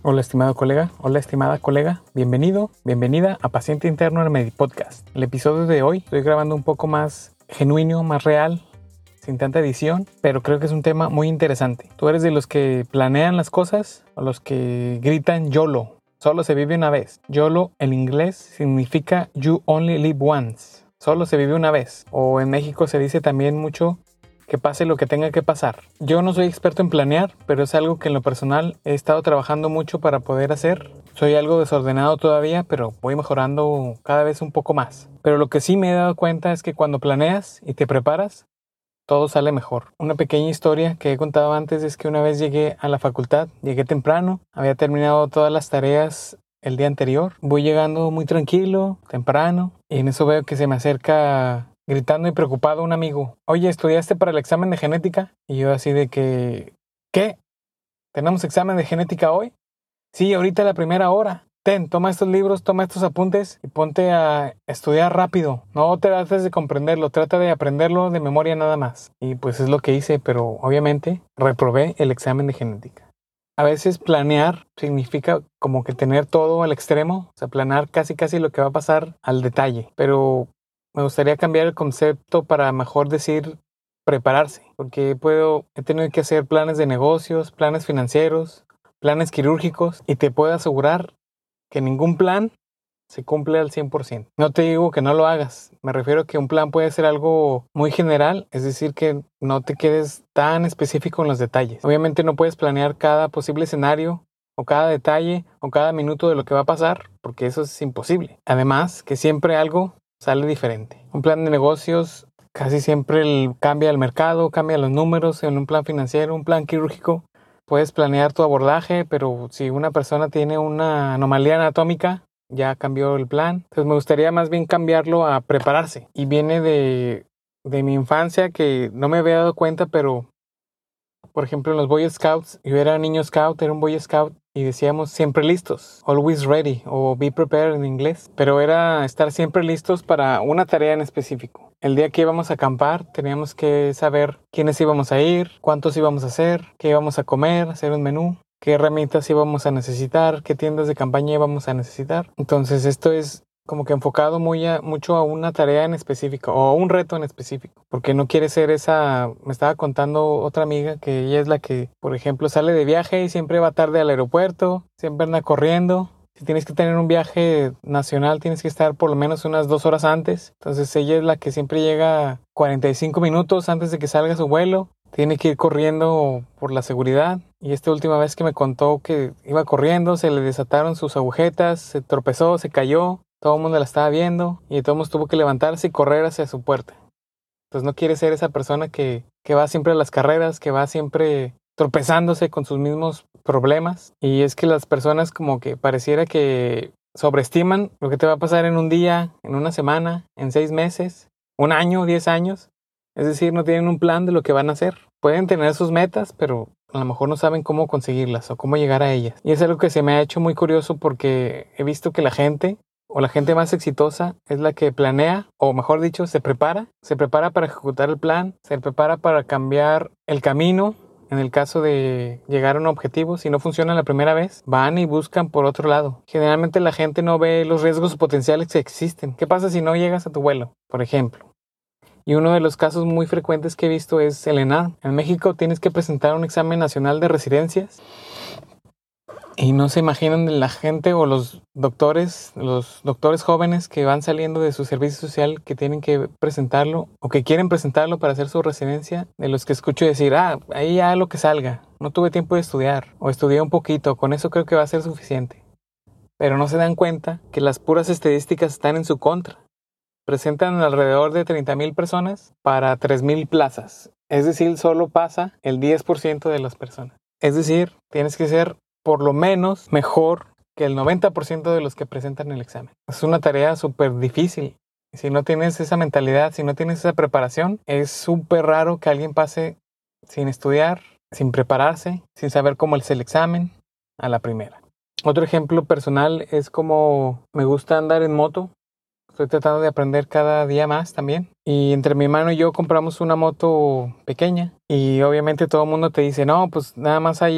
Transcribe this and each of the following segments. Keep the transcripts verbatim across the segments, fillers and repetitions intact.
Hola estimado colega, hola estimada colega, bienvenido, bienvenida a Paciente Interno en el Podcast. El episodio de hoy estoy grabando un poco más genuino, más real, sin tanta edición, pero creo que es un tema muy interesante. ¿Tú eres de los que planean las cosas o los que gritan YOLO? Solo se vive una vez. YOLO en inglés significa You Only Live Once. Solo se vive una vez. O en México se dice también mucho que pase lo que tenga que pasar. Yo no soy experto en planear, pero es algo que en lo personal he estado trabajando mucho para poder hacer. Soy algo desordenado todavía, pero voy mejorando cada vez un poco más. Pero lo que sí me he dado cuenta es que cuando planeas y te preparas, todo sale mejor. Una pequeña historia que he contado antes es que una vez llegué a la facultad, llegué temprano, había terminado todas las tareas el día anterior. Voy llegando muy tranquilo, temprano, y en eso veo que se me acerca gritando y preocupado un amigo. Oye, ¿estudiaste para el examen de genética? Y yo así de que, ¿qué? ¿Tenemos examen de genética hoy? Sí, ahorita a la primera hora. Ten, toma estos libros, toma estos apuntes y ponte a estudiar rápido. No trates de comprenderlo, trata de aprenderlo de memoria nada más. Y pues es lo que hice, pero obviamente reprobé el examen de genética. A veces planear significa como que tener todo al extremo, o sea, planear casi casi lo que va a pasar al detalle, pero me gustaría cambiar el concepto para mejor decir prepararse, porque puedo, he tenido que hacer planes de negocios, planes financieros, planes quirúrgicos, y te puedo asegurar que ningún plan se cumple al cien por ciento. No te digo que no lo hagas, me refiero a que un plan puede ser algo muy general, es decir, que no te quedes tan específico en los detalles. Obviamente no puedes planear cada posible escenario o cada detalle o cada minuto de lo que va a pasar, porque eso es imposible. Además, que siempre algo sale diferente. Un plan de negocios casi siempre el, cambia el mercado, cambia los números. En un plan financiero, un plan quirúrgico, puedes planear tu abordaje, pero si una persona tiene una anomalía anatómica, ya cambió el plan. Entonces me gustaría más bien cambiarlo a prepararse. Y viene de, de mi infancia, que no me había dado cuenta, pero por ejemplo en los Boy Scouts, yo era niño scout, era un Boy Scout, y decíamos siempre listos, always ready, o be prepared en inglés. Pero era estar siempre listos para una tarea en específico. El día que íbamos a acampar, teníamos que saber quiénes íbamos a ir, cuántos íbamos a hacer, qué íbamos a comer, hacer un menú, qué herramientas íbamos a necesitar, qué tiendas de campaña íbamos a necesitar. Entonces esto es como que enfocado muy a, mucho a una tarea en específico o a un reto en específico, porque no quiere ser esa. Me estaba contando otra amiga que ella es la que, por ejemplo, sale de viaje y siempre va tarde al aeropuerto, siempre anda corriendo. Si tienes que tener un viaje nacional, tienes que estar por lo menos unas dos horas antes. Entonces ella es la que siempre llega cuarenta y cinco minutos antes de que salga su vuelo. Tiene que ir corriendo por la seguridad. Y esta última vez que me contó que iba corriendo, se le desataron sus agujetas, se tropezó, se cayó. Todo el mundo la estaba viendo y todo el mundo tuvo que levantarse y correr hacia su puerta. Entonces no quiere ser esa persona que, que va siempre a las carreras, que va siempre tropezándose con sus mismos problemas. Y es que las personas como que pareciera que sobreestiman lo que te va a pasar en un día, en una semana, en seis meses, un año, diez años. Es decir, no tienen un plan de lo que van a hacer. Pueden tener sus metas, pero a lo mejor no saben cómo conseguirlas o cómo llegar a ellas. Y es algo que se me ha hecho muy curioso, porque he visto que la gente o la gente más exitosa es la que planea, o mejor dicho, se prepara. Se prepara para ejecutar el plan, se prepara para cambiar el camino en el caso de llegar a un objetivo. Si no funciona la primera vez, van y buscan por otro lado. Generalmente la gente no ve los riesgos potenciales que existen. ¿Qué pasa si no llegas a tu vuelo, por ejemplo? Y uno de los casos muy frecuentes que he visto es el ENARM. En México tienes que presentar un examen nacional de residencias. Y no se imaginan de la gente o los doctores, los doctores jóvenes que van saliendo de su servicio social, que tienen que presentarlo o que quieren presentarlo para hacer su residencia, de los que escucho decir, ah, ahí ya lo que salga, no tuve tiempo de estudiar o estudié un poquito, con eso creo que va a ser suficiente. Pero no se dan cuenta que las puras estadísticas están en su contra. Presentan alrededor de treinta mil personas para tres mil plazas, es decir, solo pasa el diez por ciento de las personas. Es decir, tienes que ser por lo menos mejor que el noventa por ciento de los que presentan el examen. Es una tarea súper difícil. Si no tienes esa mentalidad, si no tienes esa preparación, es súper raro que alguien pase sin estudiar, sin prepararse, sin saber cómo es el examen, a la primera. Otro ejemplo personal es como me gusta andar en moto. Estoy tratando de aprender cada día más también. Y entre mi hermano y yo compramos una moto pequeña. Y obviamente todo el mundo te dice, no, pues nada más hay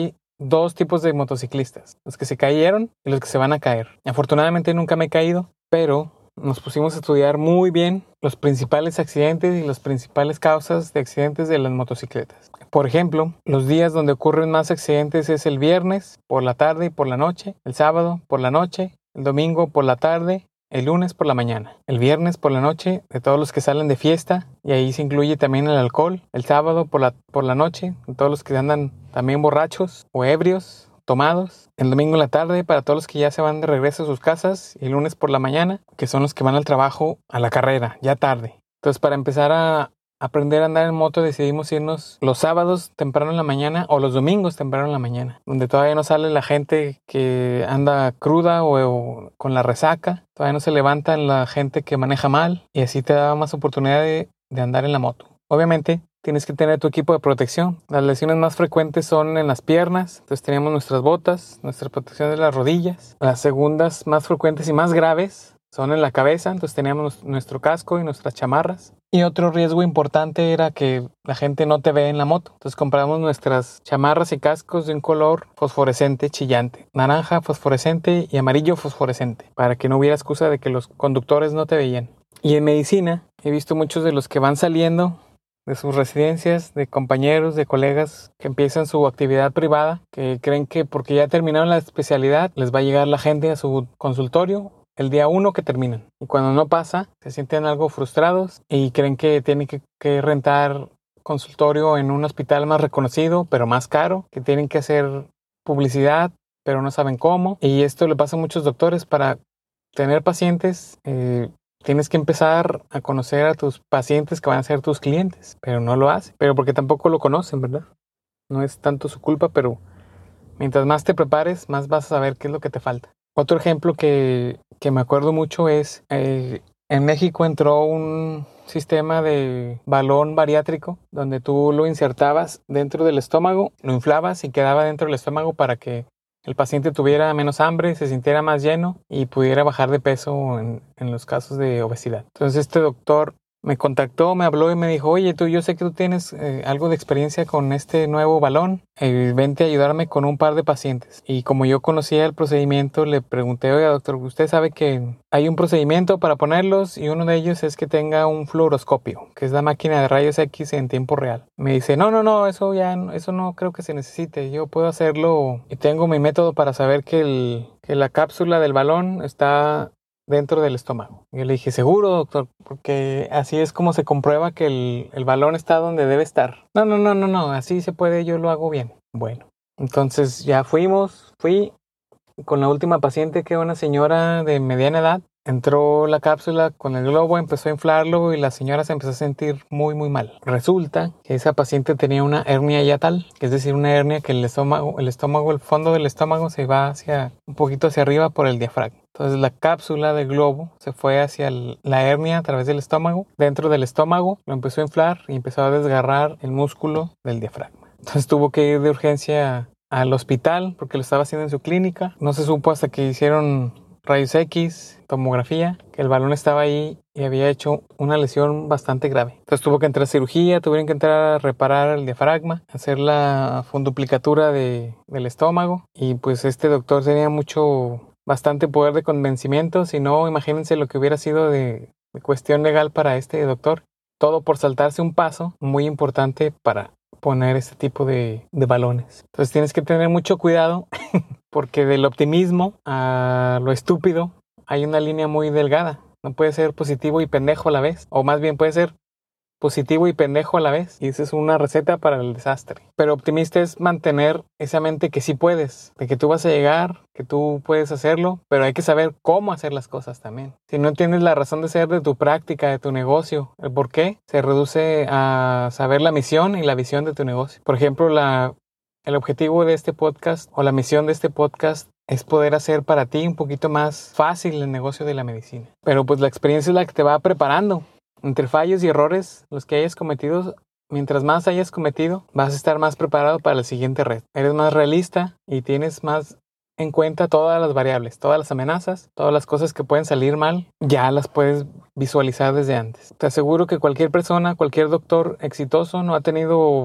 dos tipos de motociclistas, los que se cayeron y los que se van a caer. Afortunadamente nunca me he caído, pero nos pusimos a estudiar muy bien los principales accidentes y las principales causas de accidentes de las motocicletas. Por ejemplo, los días donde ocurren más accidentes es el viernes por la tarde y por la noche, el sábado por la noche, el domingo por la tarde, el lunes por la mañana, el viernes por la noche de todos los que salen de fiesta, y ahí se incluye también el alcohol, el sábado por la, por la noche de todos los que andan también borrachos o ebrios, tomados, el domingo en la tarde para todos los que ya se van de regreso a sus casas, y el lunes por la mañana, que son los que van al trabajo a la carrera, ya tarde. Entonces, para empezar a aprender a andar en moto, decidimos irnos los sábados temprano en la mañana o los domingos temprano en la mañana, donde todavía no sale la gente que anda cruda o, o con la resaca, todavía no se levanta la gente que maneja mal, y así te da más oportunidad de, de andar en la moto. Obviamente, tienes que tener tu equipo de protección. Las lesiones más frecuentes son en las piernas, entonces tenemos nuestras botas, nuestra protección de las rodillas. Las segundas más frecuentes y más graves son en la cabeza, entonces teníamos nuestro casco y nuestras chamarras. Y otro riesgo importante era que la gente no te vea en la moto. Entonces compramos nuestras chamarras y cascos de un color fosforescente chillante, naranja fosforescente y amarillo fosforescente, para que no hubiera excusa de que los conductores no te veían. Y en medicina he visto muchos de los que van saliendo de sus residencias, de compañeros, de colegas que empiezan su actividad privada, que creen que porque ya terminaron la especialidad les va a llegar la gente a su consultorio el día uno que terminan. Y cuando no pasa, se sienten algo frustrados y creen que tienen que, que rentar consultorio en un hospital más reconocido, pero más caro, que tienen que hacer publicidad, pero no saben cómo. Y esto le pasa a muchos doctores. Para tener pacientes, eh, tienes que empezar a conocer a tus pacientes que van a ser tus clientes, pero no lo hacen, pero porque tampoco lo conocen, ¿verdad? No es tanto su culpa, pero mientras más te prepares, más vas a saber qué es lo que te falta. Otro ejemplo que, que me acuerdo mucho es, eh, en México entró un sistema de balón bariátrico donde tú lo insertabas dentro del estómago, lo inflabas y quedaba dentro del estómago para que el paciente tuviera menos hambre, se sintiera más lleno y pudiera bajar de peso en, en los casos de obesidad. Entonces este doctor me contactó, me habló y me dijo, oye, tú, yo sé que tú tienes eh, algo de experiencia con este nuevo balón, eh, vente a ayudarme con un par de pacientes. Y como yo conocía el procedimiento, le pregunté, oiga, doctor, usted sabe que hay un procedimiento para ponerlos y uno de ellos es que tenga un fluoroscopio, que es la máquina de rayos X en tiempo real. Me dice, no, no, no, eso ya, eso no creo que se necesite, yo puedo hacerlo y tengo mi método para saber que, el, que la cápsula del balón está dentro del estómago. Yo le dije, seguro, doctor, porque así es como se comprueba que el, el balón está donde debe estar. No, no, no, no, no, así se puede, yo lo hago bien. Bueno, entonces ya fuimos, fui con la última paciente, que era una señora de mediana edad. Entró la cápsula con el globo, empezó a inflarlo y la señora se empezó a sentir muy, muy mal. Resulta que esa paciente tenía una hernia hiatal, que es decir, una hernia que el estómago, el estómago, el fondo del estómago se va hacia, un poquito hacia arriba por el diafragma. Entonces la cápsula del globo se fue hacia el, la hernia a través del estómago. Dentro del estómago lo empezó a inflar y empezó a desgarrar el músculo del diafragma. Entonces tuvo que ir de urgencia al hospital porque lo estaba haciendo en su clínica. No se supo hasta que hicieron rayos X, tomografía, que el balón estaba ahí y había hecho una lesión bastante grave. Entonces tuvo que entrar a cirugía, tuvieron que entrar a reparar el diafragma, hacer la funduplicatura de, del estómago, y pues este doctor tenía mucho, bastante poder de convencimiento. Si no, imagínense lo que hubiera sido de, de cuestión legal para este doctor. Todo por saltarse un paso muy importante para poner este tipo de, de balones. Entonces tienes que tener mucho cuidado porque del optimismo a lo estúpido hay una línea muy delgada. No puede ser positivo y pendejo a la vez, o más bien puede ser positivo y pendejo a la vez, y esa es una receta para el desastre. Pero optimista es mantener esa mente que sí puedes, de que tú vas a llegar, que tú puedes hacerlo, pero hay que saber cómo hacer las cosas también. Si no tienes la razón de ser de tu práctica, de tu negocio, el por qué, se reduce a saber la misión y la visión de tu negocio. Por ejemplo, la, el objetivo de este podcast o la misión de este podcast es poder hacer para ti un poquito más fácil el negocio de la medicina. Pero pues la experiencia es la que te va preparando. Entre fallos y errores, los que hayas cometido, mientras más hayas cometido, vas a estar más preparado para el siguiente reto. Eres más realista y tienes más en cuenta todas las variables, todas las amenazas, todas las cosas que pueden salir mal, ya las puedes visualizar desde antes. Te aseguro que cualquier persona, cualquier doctor exitoso no ha tenido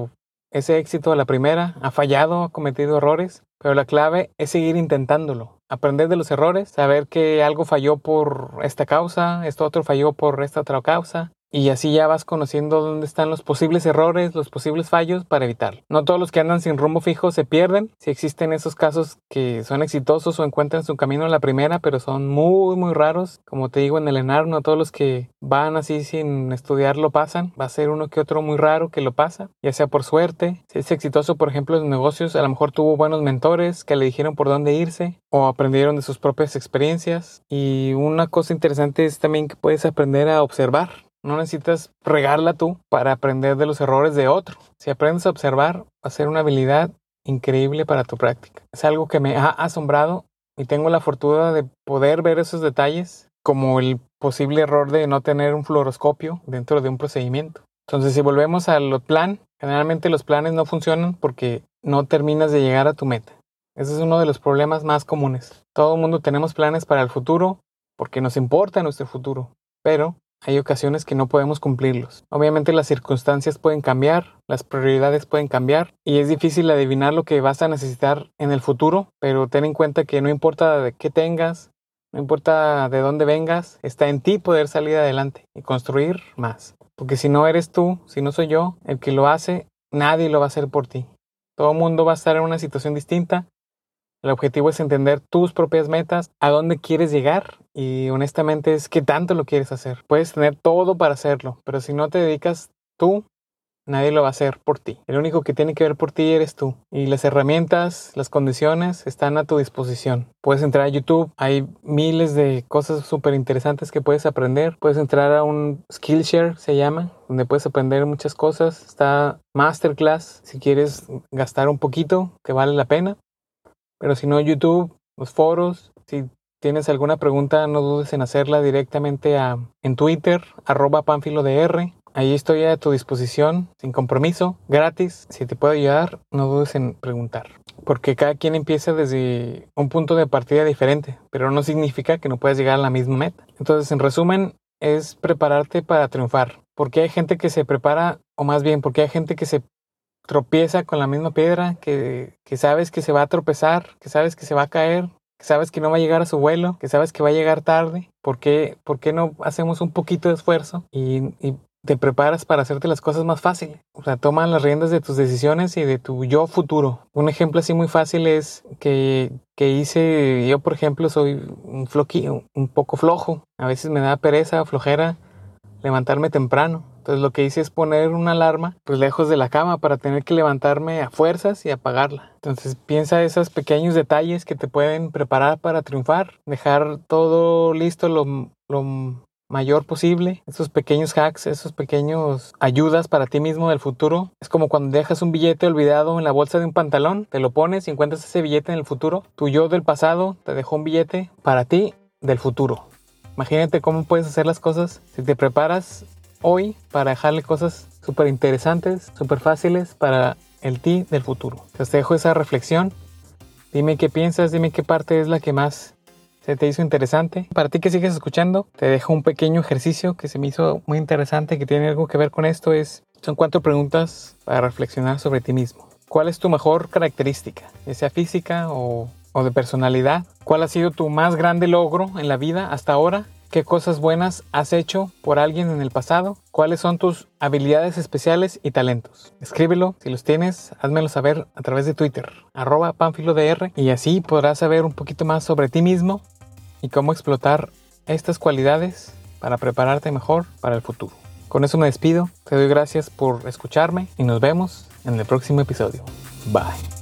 ese éxito a la primera, ha fallado, ha cometido errores, pero la clave es seguir intentándolo. Aprender de los errores, saber que algo falló por esta causa, esto otro falló por esta otra causa. Y así ya vas conociendo dónde están los posibles errores, los posibles fallos para evitarlo. No todos los que andan sin rumbo fijo se pierden. Sí existen esos casos que son exitosos o encuentran su camino a la primera, pero son muy, muy raros. Como te digo, en el ENAR, no todos los que van así sin estudiar lo pasan. Va a ser uno que otro muy raro que lo pasa, ya sea por suerte. Si es exitoso, por ejemplo, en los negocios, a lo mejor tuvo buenos mentores que le dijeron por dónde irse o aprendieron de sus propias experiencias. Y una cosa interesante es también que puedes aprender a observar. No necesitas regarla tú para aprender de los errores de otro. Si aprendes a observar, va a ser una habilidad increíble para tu práctica. Es algo que me ha asombrado y tengo la fortuna de poder ver esos detalles, como el posible error de no tener un fluoroscopio dentro de un procedimiento. Entonces, si volvemos al plan, generalmente los planes no funcionan porque no terminas de llegar a tu meta. Ese es uno de los problemas más comunes. Todo el mundo tenemos planes para el futuro porque nos importa nuestro futuro, pero hay ocasiones que no podemos cumplirlos. Obviamente las circunstancias pueden cambiar, las prioridades pueden cambiar y es difícil adivinar lo que vas a necesitar en el futuro, pero ten en cuenta que no importa de qué tengas, no importa de dónde vengas, está en ti poder salir adelante y construir más. Porque si no eres tú, si no soy yo, el que lo hace, nadie lo va a hacer por ti. Todo el mundo va a estar en una situación distinta. El objetivo es entender tus propias metas, a dónde quieres llegar y honestamente es qué tanto lo quieres hacer. Puedes tener todo para hacerlo, pero si no te dedicas tú, nadie lo va a hacer por ti. El único que tiene que ver por ti eres tú. Y las herramientas, las condiciones están a tu disposición. Puedes entrar a YouTube, hay miles de cosas súper interesantes que puedes aprender. Puedes entrar a un Skillshare, se llama, donde puedes aprender muchas cosas. Está Masterclass, si quieres gastar un poquito, que vale la pena. Pero si no, YouTube, los foros, si tienes alguna pregunta, no dudes en hacerla directamente a, en Twitter, arroba panfilodr. Ahí estoy a tu disposición, sin compromiso, gratis. Si te puedo ayudar, no dudes en preguntar. Porque cada quien empieza desde un punto de partida diferente, pero no significa que no puedas llegar a la misma meta. Entonces, en resumen, es prepararte para triunfar. Porque hay gente que se prepara, o más bien, porque hay gente que se tropieza con la misma piedra, que, que sabes que se va a tropezar, que sabes que se va a caer, que sabes que no va a llegar a su vuelo, que sabes que va a llegar tarde. ¿Por qué, por qué no hacemos un poquito de esfuerzo y, y te preparas para hacerte las cosas más fáciles? O sea, toma las riendas de tus decisiones y de tu yo futuro. Un ejemplo así muy fácil es que, que hice, yo por ejemplo soy un, floqui, un poco flojo. A veces me da pereza o flojera levantarme temprano. Entonces lo que hice es poner una alarma pues lejos de la cama para tener que levantarme a fuerzas y apagarla. Entonces piensa esos pequeños detalles que te pueden preparar para triunfar. Dejar todo listo lo, lo mayor posible. Esos pequeños hacks, esos pequeños ayudas para ti mismo del futuro. Es como cuando dejas un billete olvidado en la bolsa de un pantalón. Te lo pones y encuentras ese billete en el futuro. Tu yo del pasado te dejó un billete para ti del futuro. Imagínate cómo puedes hacer las cosas si te preparas hoy para dejarle cosas súper interesantes, súper fáciles para el ti del futuro. Entonces te dejo esa reflexión. Dime qué piensas, dime qué parte es la que más se te hizo interesante. Para ti que sigues escuchando, te dejo un pequeño ejercicio que se me hizo muy interesante, que tiene algo que ver con esto. Es, son cuatro preguntas para reflexionar sobre ti mismo. ¿Cuál es tu mejor característica? Ya sea física o, o de personalidad. ¿Cuál ha sido tu más grande logro en la vida hasta ahora? ¿Qué cosas buenas has hecho por alguien en el pasado? ¿Cuáles son tus habilidades especiales y talentos? Escríbelo, si los tienes, házmelo saber a través de Twitter, arroba panfilodr, y así podrás saber un poquito más sobre ti mismo y cómo explotar estas cualidades para prepararte mejor para el futuro. Con eso me despido, te doy gracias por escucharme y nos vemos en el próximo episodio. Bye.